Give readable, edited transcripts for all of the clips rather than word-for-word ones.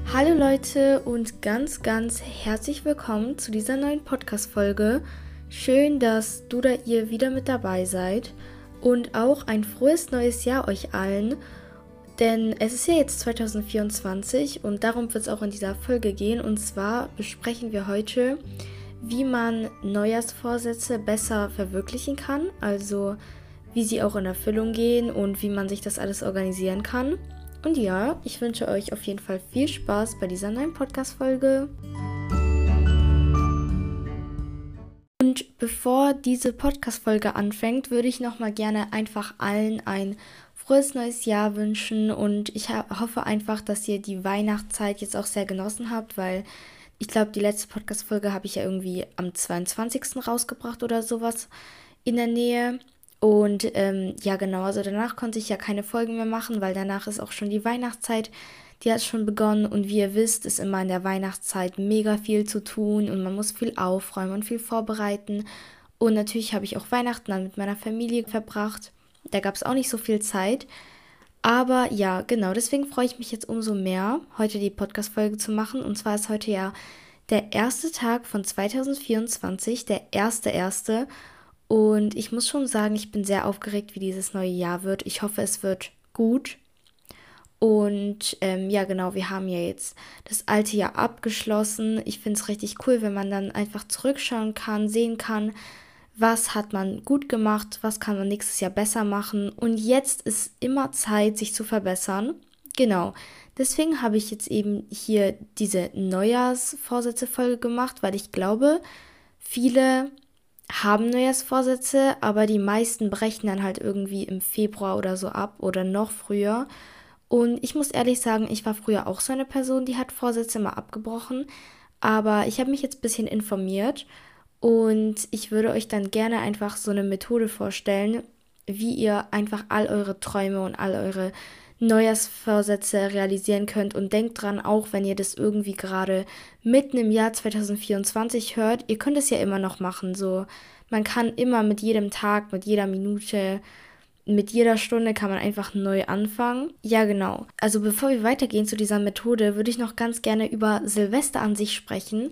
Hallo Leute und ganz herzlich willkommen zu dieser neuen Podcast-Folge. Schön, dass du oder ihr wieder mit dabei seid und auch ein frohes neues Jahr euch allen, denn es ist ja jetzt 2024 und darum wird es auch in dieser Folge gehen. Und zwar besprechen wir heute, wie man Neujahrsvorsätze besser verwirklichen kann, also wie sie auch in Erfüllung gehen und wie man sich das alles organisieren kann. Und ja, ich wünsche euch auf jeden Fall viel Spaß bei dieser neuen Podcast-Folge. Und bevor diese Podcast-Folge anfängt, würde ich nochmal gerne einfach allen ein frohes neues Jahr wünschen. Und ich hoffe einfach, dass ihr die Weihnachtszeit jetzt auch sehr genossen habt, weil ich glaube, die letzte Podcast-Folge habe ich ja irgendwie am 22. rausgebracht oder sowas in der Nähe. Und ja genau, also danach konnte ich ja keine Folgen mehr machen, weil danach ist auch schon die Weihnachtszeit, die hat schon begonnen. Und wie ihr wisst, ist immer in der Weihnachtszeit mega viel zu tun und man muss viel aufräumen und viel vorbereiten. Und natürlich habe ich auch Weihnachten dann mit meiner Familie verbracht. Da gab es auch nicht so viel Zeit. Aber ja, genau, deswegen freue ich mich jetzt umso mehr, heute die Podcast-Folge zu machen. Und zwar ist heute ja der erste Tag von 2024, der erste. Und ich muss schon sagen, ich bin sehr aufgeregt, wie dieses neue Jahr wird. Ich hoffe, es wird gut. Und ja, genau, wir haben ja jetzt das alte Jahr abgeschlossen. Ich finde es richtig cool, wenn man dann einfach zurückschauen kann, sehen kann, was hat man gut gemacht, was kann man nächstes Jahr besser machen. Und jetzt ist immer Zeit, sich zu verbessern. Genau. Deswegen habe ich jetzt eben hier diese Neujahrsvorsätze-Folge gemacht, weil ich glaube, viele haben Neujahrsvorsätze, aber die meisten brechen dann halt irgendwie im Februar oder so ab oder noch früher. Und ich muss ehrlich sagen, ich war früher auch so eine Person, die hat Vorsätze immer abgebrochen. Aber ich habe mich jetzt ein bisschen informiert und ich würde euch dann gerne einfach so eine Methode vorstellen, wie ihr einfach all eure Träume und all eure Neujahrsvorsätze realisieren könnt. Und denkt dran, auch wenn ihr das irgendwie gerade mitten im Jahr 2024 hört, ihr könnt es ja immer noch machen. So, man kann immer mit jedem Tag, mit jeder Minute, mit jeder Stunde kann man einfach neu anfangen. Ja, genau. Also bevor wir weitergehen zu dieser Methode, würde ich noch ganz gerne über Silvester an sich sprechen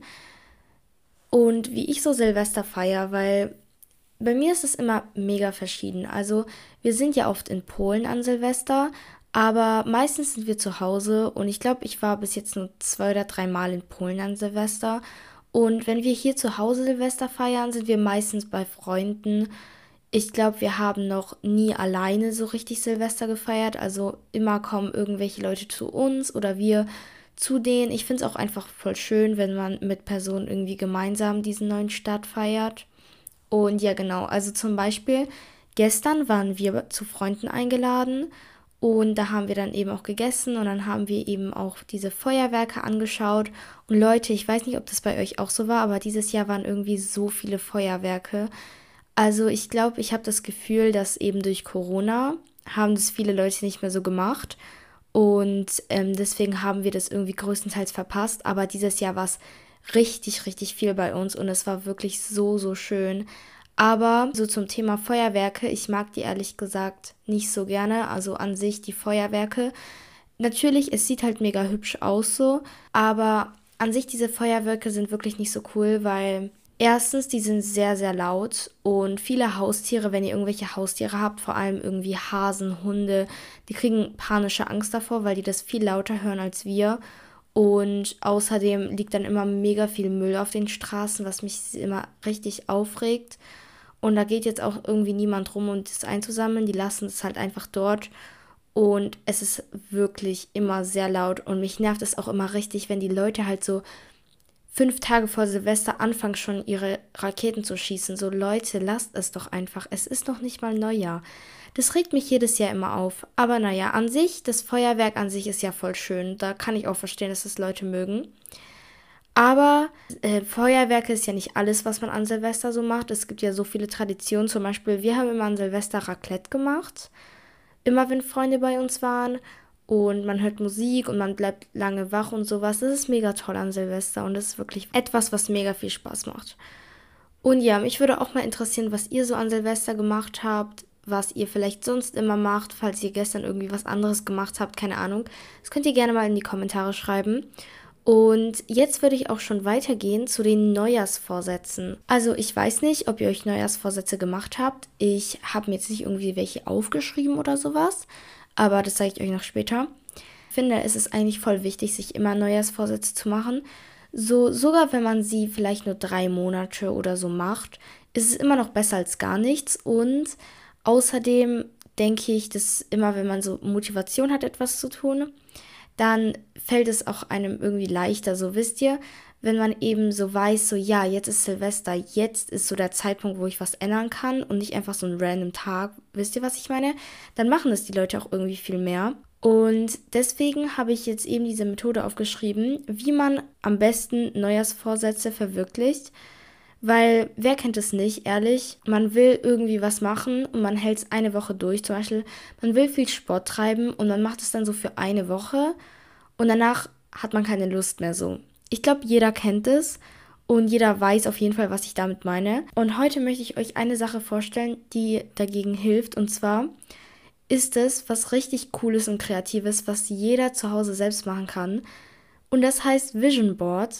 und wie ich so Silvester feiere, weil bei mir ist es immer mega verschieden. Also wir sind ja oft in Polen an Silvester, aber meistens sind wir zu Hause und ich glaube, ich war bis jetzt nur 2 oder 3 Mal in Polen an Silvester. Und wenn wir hier zu Hause Silvester feiern, sind wir meistens bei Freunden. Ich glaube, wir haben noch nie alleine so richtig Silvester gefeiert. Also immer kommen irgendwelche Leute zu uns oder wir zu denen. Ich finde es auch einfach voll schön, wenn man mit Personen irgendwie gemeinsam diesen neuen Start feiert. Und ja, genau. Also zum Beispiel, gestern waren wir zu Freunden eingeladen und da haben wir dann eben auch gegessen und dann haben wir eben auch diese Feuerwerke angeschaut. Und Leute, ich weiß nicht, ob das bei euch auch so war, aber dieses Jahr waren irgendwie so viele Feuerwerke. Also ich glaube, ich habe das Gefühl, dass eben durch Corona haben das viele Leute nicht mehr so gemacht. Und deswegen haben wir das irgendwie größtenteils verpasst. Aber dieses Jahr war es richtig viel bei uns und es war wirklich so schön. Aber so zum Thema Feuerwerke, ich mag die ehrlich gesagt nicht so gerne. Also an sich die Feuerwerke. Natürlich, es sieht halt mega hübsch aus so, aber an sich diese Feuerwerke sind wirklich nicht so cool, weil erstens, die sind sehr laut und viele Haustiere, wenn ihr irgendwelche Haustiere habt, vor allem irgendwie Hasen, Hunde, die kriegen panische Angst davor, weil die das viel lauter hören als wir. Und außerdem liegt dann immer mega viel Müll auf den Straßen, was mich immer richtig aufregt. Und da geht jetzt auch irgendwie niemand rum, um das einzusammeln. Die lassen es halt einfach dort. Und es ist wirklich immer sehr laut. Und mich nervt es auch immer richtig, wenn die Leute halt so 5 Tage vor Silvester anfangen schon ihre Raketen zu schießen. So Leute, lasst es doch einfach. Es ist noch nicht mal Neujahr. Das regt mich jedes Jahr immer auf. Aber naja, an sich, das Feuerwerk an sich ist ja voll schön. Da kann ich auch verstehen, dass das Leute mögen. Aber Feuerwerke ist ja nicht alles, was man an Silvester so macht. Es gibt ja so viele Traditionen. Zum Beispiel, wir haben immer an Silvester Raclette gemacht. Immer wenn Freunde bei uns waren. Und man hört Musik und man bleibt lange wach und sowas. Das ist mega toll an Silvester und das ist wirklich etwas, was mega viel Spaß macht. Und ja, mich würde auch mal interessieren, was ihr so an Silvester gemacht habt, was ihr vielleicht sonst immer macht, falls ihr gestern irgendwie was anderes gemacht habt, keine Ahnung. Das könnt ihr gerne mal in die Kommentare schreiben. Und jetzt würde ich auch schon weitergehen zu den Neujahrsvorsätzen. Also ich weiß nicht, ob ihr euch Neujahrsvorsätze gemacht habt. Ich habe mir jetzt nicht irgendwie welche aufgeschrieben oder sowas, aber das zeige ich euch noch später. Ich finde, es ist eigentlich voll wichtig, sich immer Neujahrsvorsätze zu machen. So, sogar wenn man sie vielleicht nur 3 Monate oder so macht, ist es immer noch besser als gar nichts. Und außerdem denke ich, dass immer, wenn man so Motivation hat, etwas zu tun, dann fällt es auch einem irgendwie leichter. So wisst ihr, wenn man eben so weiß, so ja, jetzt ist Silvester, jetzt ist so der Zeitpunkt, wo ich was ändern kann und nicht einfach so ein random Tag, wisst ihr, was ich meine? Dann machen es die Leute auch irgendwie viel mehr. Und deswegen habe ich jetzt eben diese Methode aufgeschrieben, wie man am besten Neujahrsvorsätze verwirklicht. Weil, wer kennt es nicht, ehrlich, man will irgendwie was machen und man hält es eine Woche durch. Zum Beispiel, man will viel Sport treiben und man macht es dann so für eine Woche und danach hat man keine Lust mehr so. Ich glaube, jeder kennt es und jeder weiß auf jeden Fall, was ich damit meine. Und heute möchte ich euch eine Sache vorstellen, die dagegen hilft. Und zwar ist es was richtig Cooles und Kreatives, was jeder zu Hause selbst machen kann. Und das heißt Vision Board.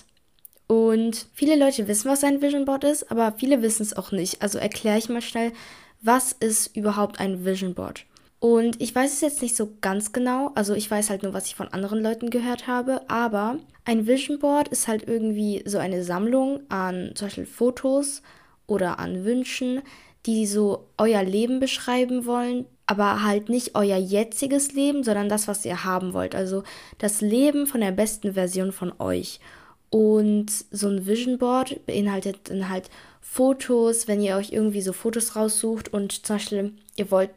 Und viele Leute wissen, was ein Vision Board ist, aber viele wissen es auch nicht. Also erkläre ich mal schnell, was ist überhaupt ein Vision Board? Und ich weiß es jetzt nicht so ganz genau, also ich weiß halt nur, was ich von anderen Leuten gehört habe, aber ein Vision Board ist halt irgendwie so eine Sammlung an zum Beispiel Fotos oder an Wünschen, die so euer Leben beschreiben wollen, aber halt nicht euer jetziges Leben, sondern das, was ihr haben wollt. Also das Leben von der besten Version von euch. Und so ein Vision Board beinhaltet dann halt Fotos, wenn ihr euch irgendwie so Fotos raussucht und zum Beispiel ihr wollt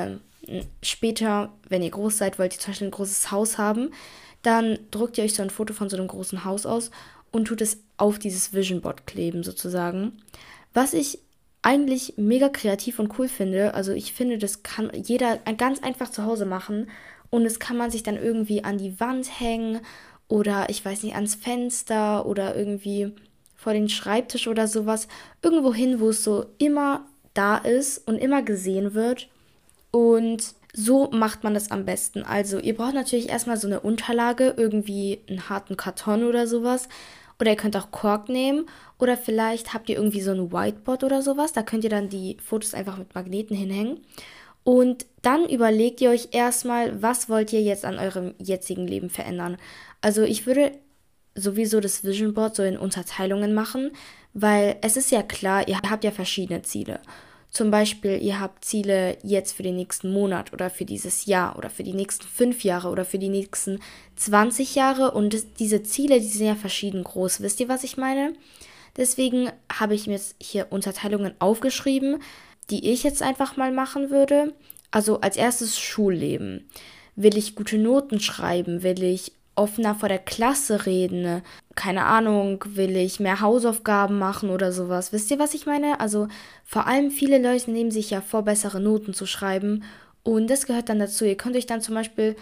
später, wenn ihr groß seid, wollt ihr zum Beispiel ein großes Haus haben, dann druckt ihr euch so ein Foto von so einem großen Haus aus und tut es auf dieses Vision Board kleben sozusagen. Was ich eigentlich mega kreativ und cool finde, also ich finde, das kann jeder ganz einfach zu Hause machen und das kann man sich dann irgendwie an die Wand hängen oder ich weiß nicht, ans Fenster oder irgendwie vor den Schreibtisch oder sowas. Irgendwo hin, wo es so immer da ist und immer gesehen wird. Und so macht man das am besten. Also ihr braucht natürlich erstmal so eine Unterlage, irgendwie einen harten Karton oder sowas. Oder ihr könnt auch Kork nehmen. Oder vielleicht habt ihr irgendwie so ein Whiteboard oder sowas. Da könnt ihr dann die Fotos einfach mit Magneten hinhängen. Und dann überlegt ihr euch erstmal, was wollt ihr jetzt an eurem jetzigen Leben verändern. Also ich würde sowieso das Vision Board so in Unterteilungen machen, weil es ist ja klar, ihr habt ja verschiedene Ziele. Zum Beispiel, ihr habt Ziele jetzt für den nächsten Monat oder für dieses Jahr oder für die nächsten 5 Jahre oder für die nächsten 20 Jahre und diese Ziele, die sind ja verschieden groß. Wisst ihr, was ich meine? Deswegen habe ich mir jetzt hier Unterteilungen aufgeschrieben, die ich jetzt einfach mal machen würde. Also als erstes Schulleben. Will ich gute Noten schreiben? Will ich offener vor der Klasse reden? Keine Ahnung, will ich mehr Hausaufgaben machen oder sowas? Wisst ihr, was ich meine? Also vor allem viele Leute nehmen sich ja vor, bessere Noten zu schreiben. Und das gehört dann dazu. Ihr könnt euch dann zum Beispiel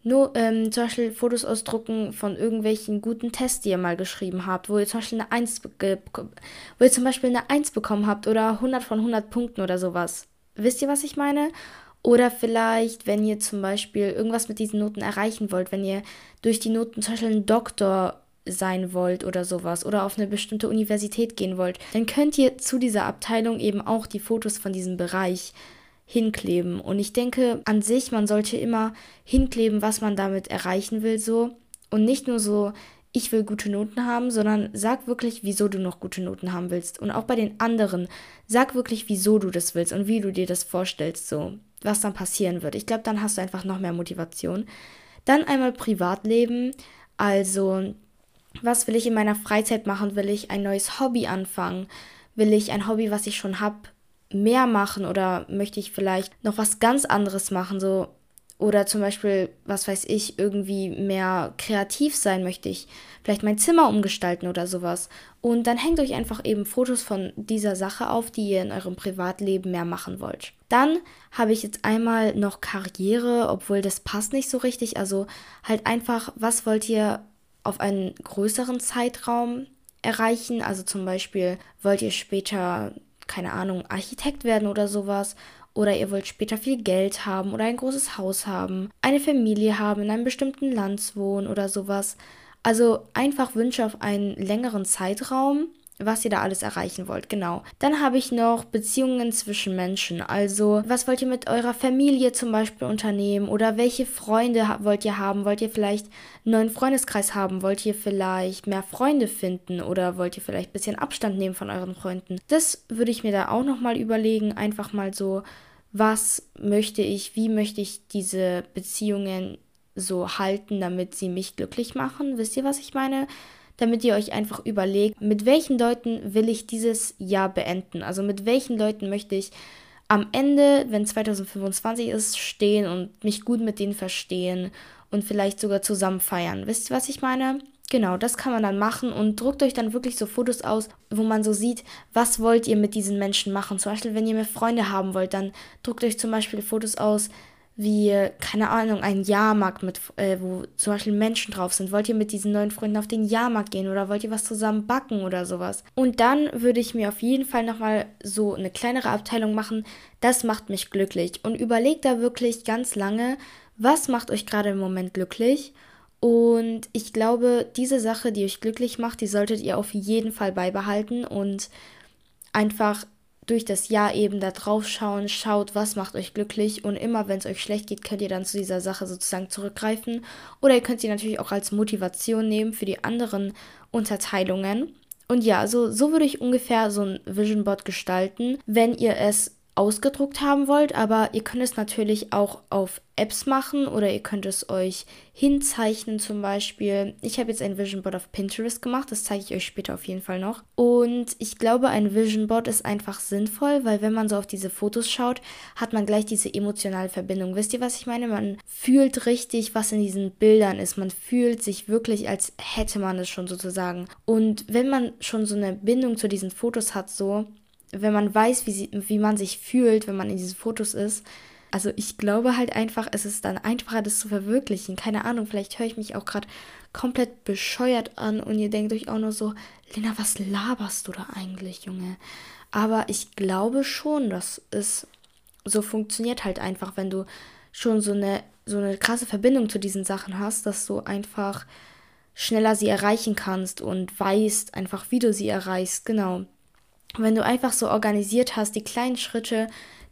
Fotos ausdrucken von irgendwelchen guten Tests, die ihr mal geschrieben habt, wo ihr zum Beispiel eine Eins bekommen habt oder 100 von 100 Punkten oder sowas. Wisst ihr, was ich meine? Oder vielleicht, wenn ihr zum Beispiel irgendwas mit diesen Noten erreichen wollt, wenn ihr durch die Noten zum Beispiel ein Doktor sein wollt oder sowas oder auf eine bestimmte Universität gehen wollt, dann könnt ihr zu dieser Abteilung eben auch die Fotos von diesem Bereich hinkleben. Und ich denke an sich, man sollte immer hinkleben, was man damit erreichen will, so. Und nicht nur so, ich will gute Noten haben, sondern sag wirklich, wieso du noch gute Noten haben willst. Und auch bei den anderen, sag wirklich, wieso du das willst und wie du dir das vorstellst, so. Was dann passieren wird. Ich glaube, dann hast du einfach noch mehr Motivation. Dann einmal Privatleben. Also, was will ich in meiner Freizeit machen? Will ich ein neues Hobby anfangen? Will ich ein Hobby, was ich schon habe, mehr machen oder möchte ich vielleicht noch was ganz anderes machen, so oder zum Beispiel, was weiß ich, irgendwie mehr kreativ sein möchte ich, vielleicht mein Zimmer umgestalten oder sowas. Und dann hängt euch einfach eben Fotos von dieser Sache auf, die ihr in eurem Privatleben mehr machen wollt. Dann habe ich jetzt einmal noch Karriere, obwohl das passt nicht so richtig, also halt einfach, was wollt ihr auf einen größeren Zeitraum erreichen, also zum Beispiel wollt ihr später keine Ahnung, Architekt werden oder sowas. oder ihr wollt später viel Geld haben oder ein großes Haus haben, eine Familie haben, in einem bestimmten Land wohnen oder sowas. Also einfach Wünsche auf einen längeren Zeitraum, was ihr da alles erreichen wollt, genau. Dann habe ich noch Beziehungen zwischen Menschen. Also, was wollt ihr mit eurer Familie zum Beispiel unternehmen? Oder welche Freunde wollt ihr haben? Wollt ihr vielleicht einen neuen Freundeskreis haben? Wollt ihr vielleicht mehr Freunde finden? Oder wollt ihr vielleicht ein bisschen Abstand nehmen von euren Freunden? Das würde ich mir da auch nochmal überlegen. Einfach mal so, was möchte ich, wie möchte ich diese Beziehungen so halten, damit sie mich glücklich machen? Wisst ihr, was ich meine? Damit ihr euch einfach überlegt, mit welchen Leuten will ich dieses Jahr beenden? Also mit welchen Leuten möchte ich am Ende, wenn 2025 ist, stehen und mich gut mit denen verstehen und vielleicht sogar zusammen feiern. Wisst ihr, was ich meine? Genau, das kann man dann machen und druckt euch dann wirklich so Fotos aus, wo man so sieht, was wollt ihr mit diesen Menschen machen. Zum Beispiel, wenn ihr mehr Freunde haben wollt, dann druckt euch zum Beispiel Fotos aus, wie, keine Ahnung, ein Jahrmarkt, wo zum Beispiel Menschen drauf sind. Wollt ihr mit diesen neuen Freunden auf den Jahrmarkt gehen oder wollt ihr was zusammen backen oder sowas? Und dann würde ich mir auf jeden Fall nochmal so eine kleinere Abteilung machen. Das macht mich glücklich. Und überlegt da wirklich ganz lange, was macht euch gerade im Moment glücklich? Und ich glaube, diese Sache, die euch glücklich macht, die solltet ihr auf jeden Fall beibehalten und einfach durch das Jahr eben da drauf schauen, schaut, was macht euch glücklich und immer, wenn es euch schlecht geht, könnt ihr dann zu dieser Sache sozusagen zurückgreifen oder ihr könnt sie natürlich auch als Motivation nehmen für die anderen Unterteilungen. Und ja, so würde ich ungefähr so ein Vision Board gestalten, wenn ihr es ausgedruckt haben wollt, aber ihr könnt es natürlich auch auf Apps machen oder ihr könnt es euch hinzeichnen zum Beispiel. Ich habe jetzt ein Vision Board auf Pinterest gemacht, das zeige ich euch später auf jeden Fall noch. Und ich glaube, ein Vision Board ist einfach sinnvoll, weil wenn man so auf diese Fotos schaut, hat man gleich diese emotionale Verbindung. Wisst ihr, was ich meine? Man fühlt richtig, was in diesen Bildern ist. Man fühlt sich wirklich, als hätte man es schon sozusagen. Und wenn man schon so eine Bindung zu diesen Fotos hat, so, wenn man weiß, wie man sich fühlt, wenn man in diesen Fotos ist. Also ich glaube halt einfach, es ist dann einfacher, das zu verwirklichen. Keine Ahnung, vielleicht höre ich mich auch gerade komplett bescheuert an und ihr denkt euch auch nur so, Lena, was laberst du da eigentlich, Junge? Aber ich glaube schon, dass es so funktioniert halt einfach, wenn du schon so eine krasse Verbindung zu diesen Sachen hast, dass du einfach schneller sie erreichen kannst und weißt einfach, wie du sie erreichst, genau. Wenn du einfach so organisiert hast, die kleinen Schritte,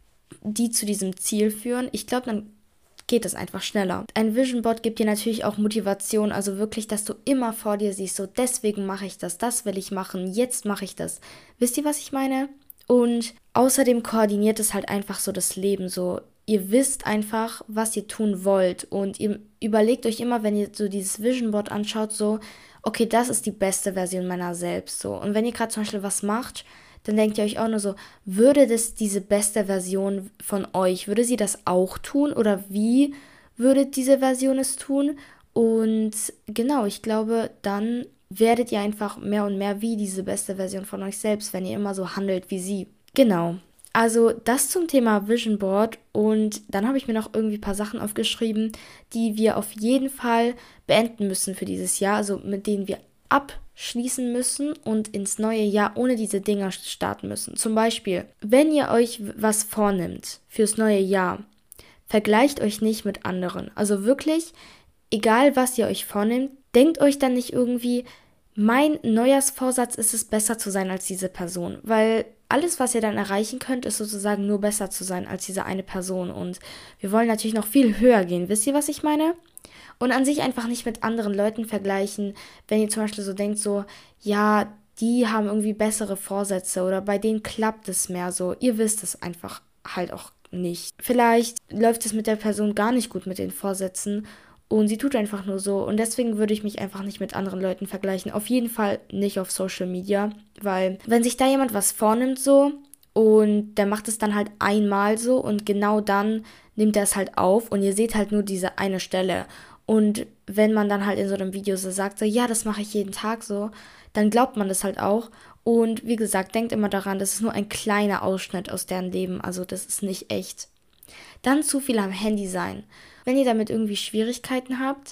die zu diesem Ziel führen, ich glaube, dann geht es einfach schneller. Ein Vision Board gibt dir natürlich auch Motivation, also wirklich, dass du immer vor dir siehst, so deswegen mache ich das will ich machen, jetzt mache ich das. Wisst ihr, was ich meine? Und außerdem koordiniert es halt einfach so das Leben, so ihr wisst einfach, was ihr tun wollt und ihr überlegt euch immer, wenn ihr so dieses Vision Board anschaut, so, okay, das ist die beste Version meiner selbst, so. Und wenn ihr gerade zum Beispiel was macht, dann denkt ihr euch auch nur so, würde das diese beste Version von euch, würde sie das auch tun oder wie würde diese Version es tun? Und genau, ich glaube, dann werdet ihr einfach mehr und mehr wie diese beste Version von euch selbst, wenn ihr immer so handelt wie sie. Genau. Also das zum Thema Vision Board und dann habe ich mir noch irgendwie ein paar Sachen aufgeschrieben, die wir auf jeden Fall beenden müssen für dieses Jahr, also mit denen wir abschließen müssen und ins neue Jahr ohne diese Dinger starten müssen. Zum Beispiel, wenn ihr euch was vornimmt fürs neue Jahr, vergleicht euch nicht mit anderen. Also wirklich, egal was ihr euch vornimmt, denkt euch dann nicht irgendwie, mein Neujahrsvorsatz ist es, besser zu sein als diese Person. Weil alles, was ihr dann erreichen könnt, ist sozusagen nur besser zu sein als diese eine Person. Und wir wollen natürlich noch viel höher gehen. Wisst ihr, was ich meine? Und an sich einfach nicht mit anderen Leuten vergleichen, wenn ihr zum Beispiel so denkt, so, ja, die haben irgendwie bessere Vorsätze oder bei denen klappt es mehr so. Ihr wisst es einfach halt auch nicht. Vielleicht läuft es mit der Person gar nicht gut mit den Vorsätzen und sie tut einfach nur so. Und deswegen würde ich mich einfach nicht mit anderen Leuten vergleichen. Auf jeden Fall nicht auf Social Media, weil wenn sich da jemand was vornimmt so und der macht es dann halt einmal so und genau dann nimmt er es halt auf und ihr seht halt nur diese eine Stelle. Und wenn man dann halt in so einem Video so sagt, so, ja, das mache ich jeden Tag so, dann glaubt man das halt auch. Und wie gesagt, denkt immer daran, das ist nur ein kleiner Ausschnitt aus deren Leben, also das ist nicht echt. Dann zu viel am Handy sein. Wenn ihr damit irgendwie Schwierigkeiten habt,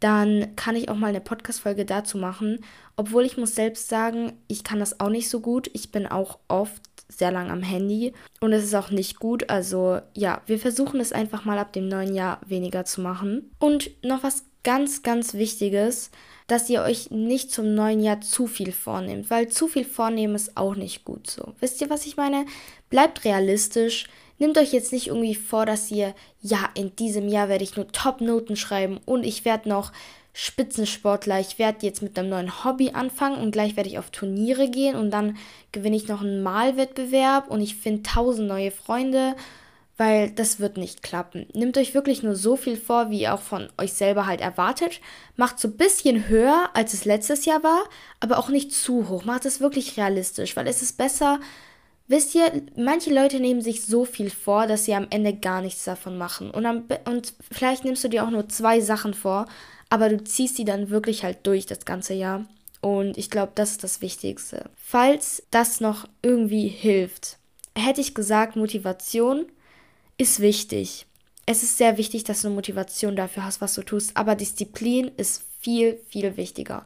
dann kann ich auch mal eine Podcast-Folge dazu machen. Obwohl ich muss selbst sagen, ich kann das auch nicht so gut. Ich bin auch oft sehr lang am Handy und es ist auch nicht gut. Also ja, wir versuchen es einfach mal ab dem neuen Jahr weniger zu machen. Und noch was ganz, ganz Wichtiges, dass ihr euch nicht zum neuen Jahr zu viel vornehmt, weil zu viel vornehmen ist auch nicht gut so. Wisst ihr, was ich meine? Bleibt realistisch. Nehmt euch jetzt nicht irgendwie vor, dass ihr, ja, in diesem Jahr werde ich nur Top-Noten schreiben und ich werde noch Spitzensportler. Ich werde jetzt mit einem neuen Hobby anfangen und gleich werde ich auf Turniere gehen und dann gewinne ich noch einen Malwettbewerb und ich finde 1000 neue Freunde, weil das wird nicht klappen. Nehmt euch wirklich nur so viel vor, wie ihr auch von euch selber halt erwartet. Macht so ein bisschen höher, als es letztes Jahr war, aber auch nicht zu hoch. Macht es wirklich realistisch, weil es ist besser. Wisst ihr, manche Leute nehmen sich so viel vor, dass sie am Ende gar nichts davon machen. Und vielleicht nimmst du dir auch nur 2 Sachen vor, aber du ziehst die dann wirklich halt durch das ganze Jahr. Und ich glaube, das ist das Wichtigste. Falls das noch irgendwie hilft, hätte ich gesagt, Motivation ist wichtig. Es ist sehr wichtig, dass du eine Motivation dafür hast, was du tust, aber Disziplin ist viel, viel wichtiger.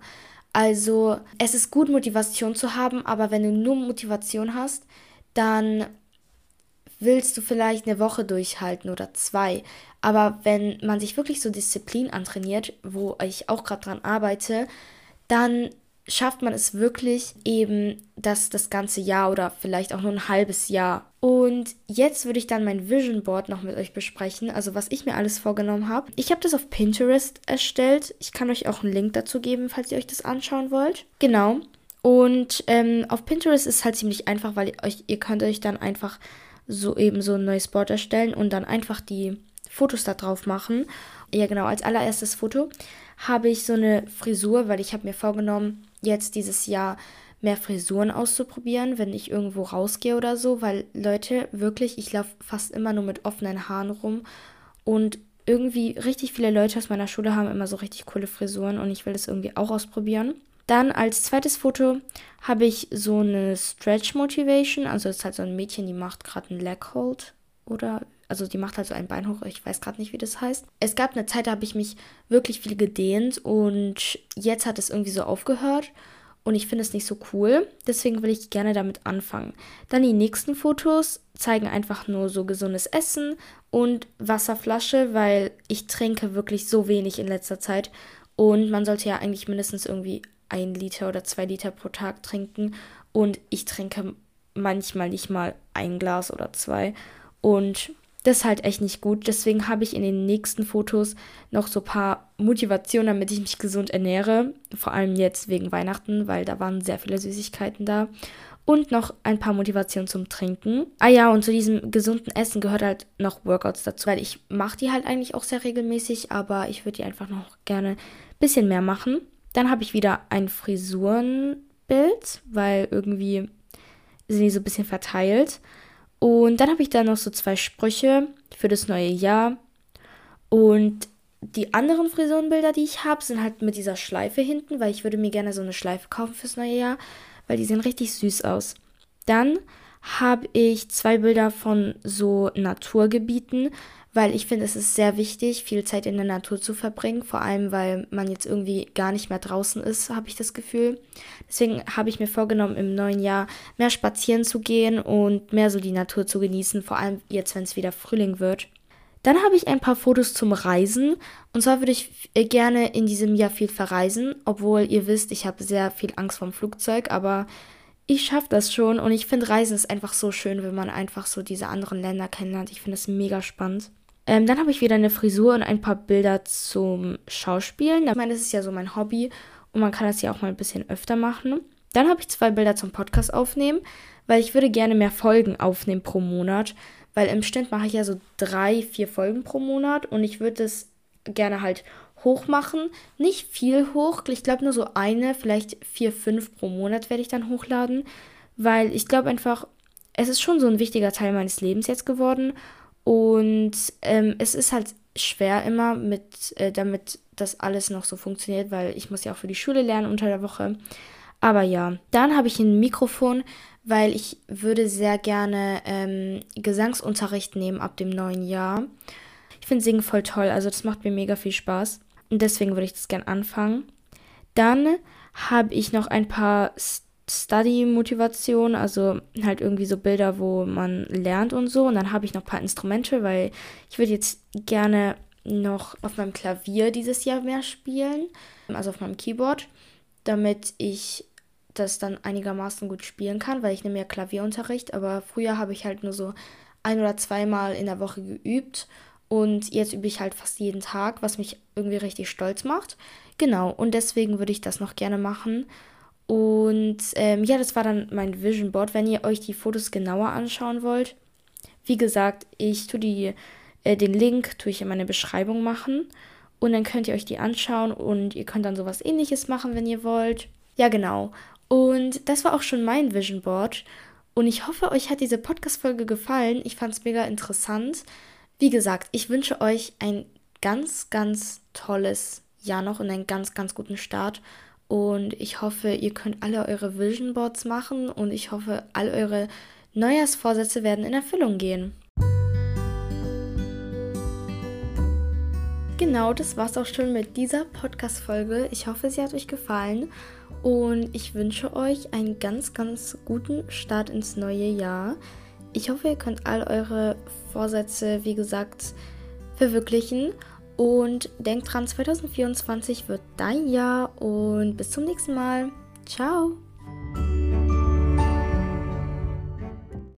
Also, es ist gut, Motivation zu haben, aber wenn du nur Motivation hast, dann willst du vielleicht eine Woche durchhalten oder 2. Aber wenn man sich wirklich so Disziplin antrainiert, wo ich auch gerade dran arbeite, dann schafft man es wirklich eben das ganze Jahr oder vielleicht auch nur ein halbes Jahr. Und jetzt würde ich dann mein Vision Board noch mit euch besprechen, also was ich mir alles vorgenommen habe. Ich habe das auf Pinterest erstellt. Ich kann euch auch einen Link dazu geben, falls ihr euch das anschauen wollt. Genau. Und auf Pinterest ist es halt ziemlich einfach, weil ihr könnt euch dann einfach so eben so ein neues Board erstellen und dann einfach die Fotos da drauf machen. Ja genau, als allererstes Foto habe ich so eine Frisur, weil ich habe mir vorgenommen, jetzt dieses Jahr mehr Frisuren auszuprobieren, wenn ich irgendwo rausgehe oder so, weil Leute, wirklich, ich laufe fast immer nur mit offenen Haaren rum und irgendwie richtig viele Leute aus meiner Schule haben immer so richtig coole Frisuren und ich will das irgendwie auch ausprobieren. Dann als zweites Foto habe ich so eine Stretch Motivation, also es ist halt so ein Mädchen, die macht gerade einen Leg Hold oder, also die macht halt so ein Bein hoch, ich weiß gerade nicht, wie das heißt. Es gab eine Zeit, da habe ich mich wirklich viel gedehnt und jetzt hat es irgendwie so aufgehört und ich finde es nicht so cool, deswegen will ich gerne damit anfangen. Dann die nächsten Fotos zeigen einfach nur so gesundes Essen und Wasserflasche, weil ich trinke wirklich so wenig in letzter Zeit und man sollte ja eigentlich mindestens irgendwie 1 Liter oder 2 Liter pro Tag trinken und ich trinke manchmal nicht mal 1 Glas oder 2 und das ist halt echt nicht gut. Deswegen habe ich in den nächsten Fotos noch so ein paar Motivationen, damit ich mich gesund ernähre, vor allem jetzt wegen Weihnachten, weil da waren sehr viele Süßigkeiten da und noch ein paar Motivationen zum Trinken. Ah ja, und zu diesem gesunden Essen gehört halt noch Workouts dazu, weil ich mache die halt eigentlich auch sehr regelmäßig, aber ich würde die einfach noch gerne ein bisschen mehr machen. Dann habe ich wieder ein Frisurenbild, weil irgendwie sind die so ein bisschen verteilt. Und dann habe ich da noch so 2 Sprüche für das neue Jahr. Und die anderen Frisurenbilder, die ich habe, sind halt mit dieser Schleife hinten, weil ich würde mir gerne so eine Schleife kaufen fürs neue Jahr, weil die sehen richtig süß aus. Dann habe ich 2 Bilder von so Naturgebieten, weil ich finde, es ist sehr wichtig, viel Zeit in der Natur zu verbringen, vor allem, weil man jetzt irgendwie gar nicht mehr draußen ist, habe ich das Gefühl. Deswegen habe ich mir vorgenommen, im neuen Jahr mehr spazieren zu gehen und mehr so die Natur zu genießen, vor allem jetzt, wenn es wieder Frühling wird. Dann habe ich ein paar Fotos zum Reisen und zwar würde ich gerne in diesem Jahr viel verreisen, obwohl ihr wisst, ich habe sehr viel Angst vorm Flugzeug, aber ich schaffe das schon und ich finde Reisen ist einfach so schön, wenn man einfach so diese anderen Länder kennenlernt. Ich finde das mega spannend. Dann habe ich wieder eine Frisur und ein paar Bilder zum Schauspielen. Ich meine, das ist ja so mein Hobby und man kann das ja auch mal ein bisschen öfter machen. Dann habe ich 2 Bilder zum Podcast aufnehmen, weil ich würde gerne mehr Folgen aufnehmen pro Monat, weil im Schnitt mache ich ja so 3, 4 Folgen pro Monat und ich würde das gerne halt hoch machen. Nicht viel hoch, ich glaube nur so eine, vielleicht 4, 5 pro Monat werde ich dann hochladen, weil ich glaube einfach, es ist schon so ein wichtiger Teil meines Lebens jetzt geworden und es ist halt schwer immer damit das alles noch so funktioniert, weil ich muss ja auch für die Schule lernen unter der Woche. Aber ja, dann habe ich ein Mikrofon, weil ich würde sehr gerne Gesangsunterricht nehmen ab dem neuen Jahr. Ich finde Singen voll toll, also das macht mir mega viel Spaß. Und deswegen würde ich das gerne anfangen. Dann habe ich noch ein paar Study-Motivationen, also halt irgendwie so Bilder, wo man lernt und so. Und dann habe ich noch ein paar Instrumente, weil ich würde jetzt gerne noch auf meinem Klavier dieses Jahr mehr spielen, also auf meinem Keyboard, damit ich das dann einigermaßen gut spielen kann, weil ich nehme ja Klavierunterricht, aber früher habe ich halt nur so 1 oder 2 Mal in der Woche geübt und jetzt übe ich halt fast jeden Tag, was mich irgendwie richtig stolz macht. Genau, und deswegen würde ich das noch gerne machen. Und ja, das war dann mein Vision Board. Wenn ihr euch die Fotos genauer anschauen wollt, wie gesagt, ich tue den Link tue ich in meine Beschreibung machen und dann könnt ihr euch die anschauen und ihr könnt dann sowas Ähnliches machen, wenn ihr wollt. Ja, genau. Und das war auch schon mein Vision Board. Und ich hoffe, euch hat diese Podcast-Folge gefallen. Ich fand es mega interessant. Wie gesagt, ich wünsche euch ein ganz, ganz tolles Jahr noch und einen ganz, ganz guten Start. Und ich hoffe, ihr könnt alle eure Vision Boards machen und ich hoffe, all eure Neujahrsvorsätze werden in Erfüllung gehen. Genau, das war's auch schon mit dieser Podcast-Folge. Ich hoffe, sie hat euch gefallen und ich wünsche euch einen ganz, ganz guten Start ins neue Jahr. Ich hoffe, ihr könnt all eure Vorsätze, wie gesagt, verwirklichen und denkt dran, 2024 wird dein Jahr und bis zum nächsten Mal. Ciao!